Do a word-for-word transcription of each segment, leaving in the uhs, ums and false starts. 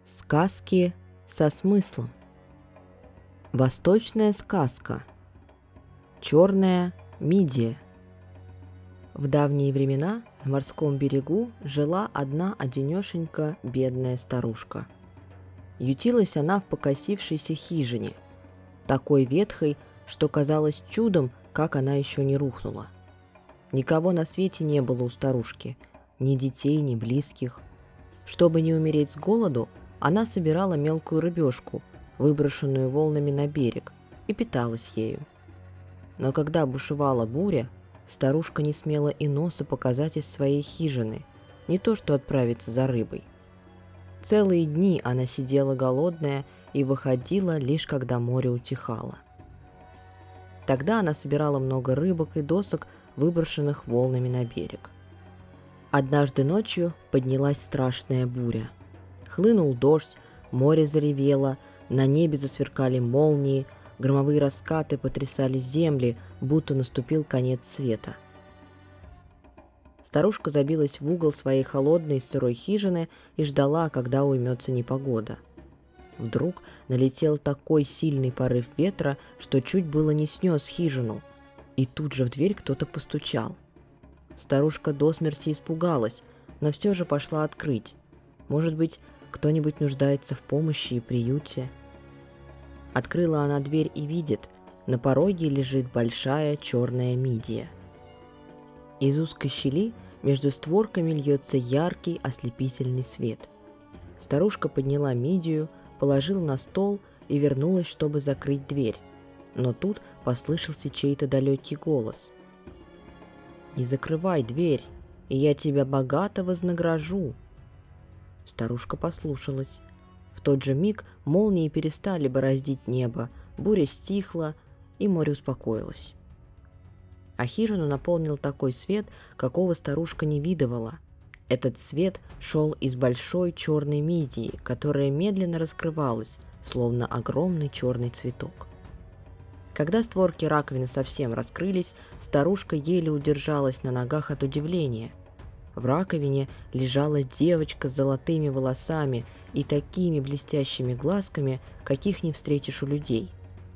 Сказки со смыслом. Восточная сказка. Черная мидия. В давние времена на морском берегу жила одна одинешенька бедная старушка. Ютилась она в покосившейся хижине, такой ветхой, что казалось чудом, как она еще не рухнула. Никого на свете не было у старушки, ни детей, ни близких. Чтобы не умереть с голоду, она собирала мелкую рыбешку, выброшенную волнами на берег, и питалась ею. Но когда бушевала буря, старушка не смела и носа показать из своей хижины, не то что отправиться за рыбой. Целые дни она сидела голодная и выходила лишь когда море утихало. Тогда она собирала много рыбок и досок, выброшенных волнами на берег. Однажды ночью поднялась страшная буря. Хлынул дождь, море заревело, на небе засверкали молнии, громовые раскаты потрясали земли, будто наступил конец света. Старушка забилась в угол своей холодной сырой хижины и ждала, когда уймется непогода. Вдруг налетел такой сильный порыв ветра, что чуть было не снес хижину, и тут же в дверь кто-то постучал. Старушка до смерти испугалась, но все же пошла открыть. Может быть, кто-нибудь нуждается в помощи и приюте. Открыла она дверь и видит, на пороге лежит большая черная мидия. Из узкой щели между створками льется яркий ослепительный свет. Старушка подняла мидию, положила на стол и вернулась, чтобы закрыть дверь. Но тут послышался чей-то далекий голос. «Не закрывай дверь, и я тебя богато вознагражу». Старушка послушалась. В тот же миг молнии перестали бороздить небо, буря стихла, и море успокоилось. А хижину наполнил такой свет, какого старушка не видывала. Этот свет шел из большой черной мидии, которая медленно раскрывалась, словно огромный черный цветок. Когда створки раковины совсем раскрылись, старушка еле удержалась на ногах от удивления. В раковине лежала девочка с золотыми волосами и такими блестящими глазками, каких не встретишь у людей.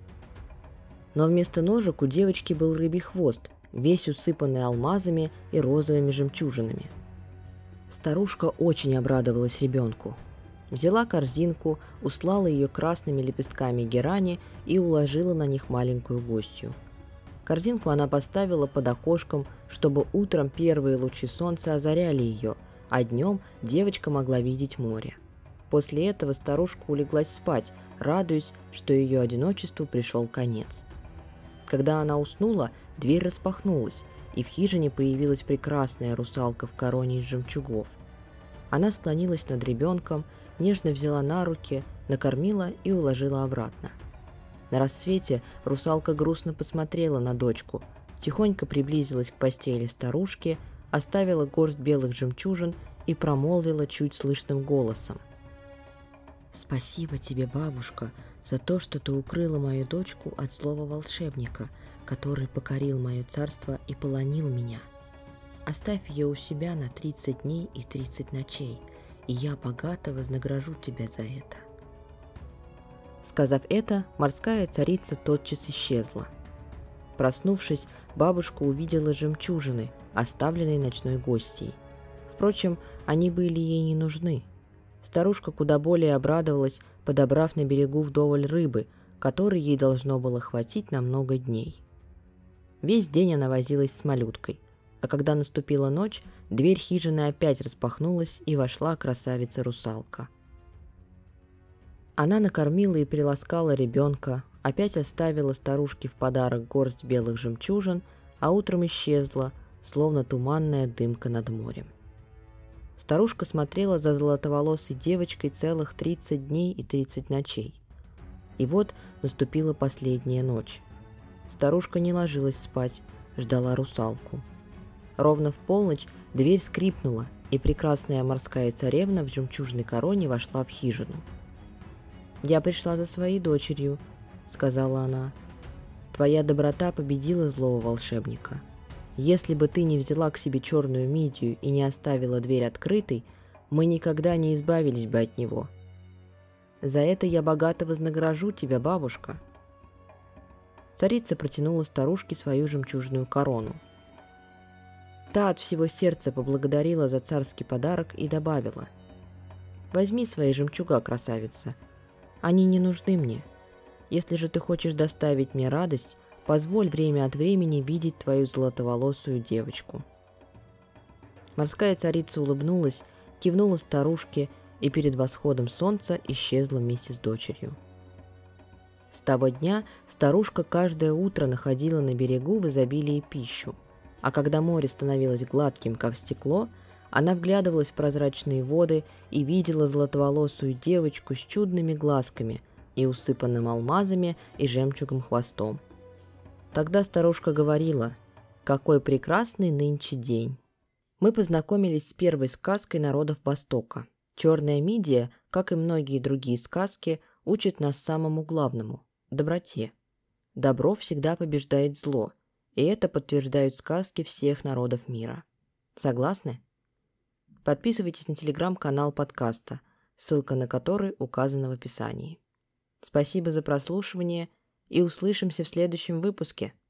Но вместо ножек у девочки был рыбий хвост, весь усыпанный алмазами и розовыми жемчужинами. Старушка очень обрадовалась ребенку. Взяла корзинку, услала ее красными лепестками герани и уложила на них маленькую гостью. Корзинку она поставила под окошком, чтобы утром первые лучи солнца озаряли ее, а днем девочка могла видеть море. После этого старушка улеглась спать, радуясь, что ее одиночеству пришел конец. Когда она уснула, дверь распахнулась, и в хижине появилась прекрасная русалка в короне из жемчугов. Она склонилась над ребенком, нежно взяла на руки, накормила и уложила обратно. На рассвете русалка грустно посмотрела на дочку, тихонько приблизилась к постели старушки, оставила горсть белых жемчужин и промолвила чуть слышным голосом: «Спасибо тебе, бабушка, за то, что ты укрыла мою дочку от злого волшебника, который покорил мое царство и полонил меня. Оставь ее у себя на тридцать дней и тридцать ночей, и я богато вознагражу тебя за это». Сказав это, морская царица тотчас исчезла. Проснувшись, бабушка увидела жемчужины, оставленные ночной гостьей. Впрочем, они были ей не нужны. Старушка куда более обрадовалась, подобрав на берегу вдоволь рыбы, которой ей должно было хватить на много дней. Весь день она возилась с малюткой, а когда наступила ночь, дверь хижины опять распахнулась, и вошла красавица-русалка. Она накормила и приласкала ребенка, опять оставила старушке в подарок горсть белых жемчужин, а утром исчезла, словно туманная дымка над морем. Старушка смотрела за золотоволосой девочкой целых тридцать дней и тридцать ночей. И вот наступила последняя ночь. Старушка не ложилась спать, ждала русалку. Ровно в полночь дверь скрипнула, и прекрасная морская царевна в жемчужной короне вошла в хижину. «Я пришла за своей дочерью», — сказала она. «Твоя доброта победила злого волшебника. Если бы ты не взяла к себе черную мидию и не оставила дверь открытой, мы никогда не избавились бы от него. За это я богато вознагражу тебя, бабушка». Царица протянула старушке свою жемчужную корону. Та от всего сердца поблагодарила за царский подарок и добавила: «Возьми свои жемчуга, красавица. Они не нужны мне. Если же ты хочешь доставить мне радость, позволь время от времени видеть твою золотоволосую девочку». Морская царица улыбнулась, кивнула старушке и перед восходом солнца исчезла вместе с дочерью. С того дня старушка каждое утро находила на берегу в изобилии пищу, а когда море становилось гладким, как стекло, она вглядывалась в прозрачные воды и видела золотоволосую девочку с чудными глазками и усыпанным алмазами и жемчугом хвостом. Тогда старушка говорила: «Какой прекрасный нынче день!» Мы познакомились с первой сказкой народов Востока. «Черная мидия», как и многие другие сказки, учит нас самому главному – доброте. Добро всегда побеждает зло, и это подтверждают сказки всех народов мира. Согласны? Подписывайтесь на телеграм-канал подкаста, ссылка на который указана в описании. Спасибо за прослушивание и услышимся в следующем выпуске.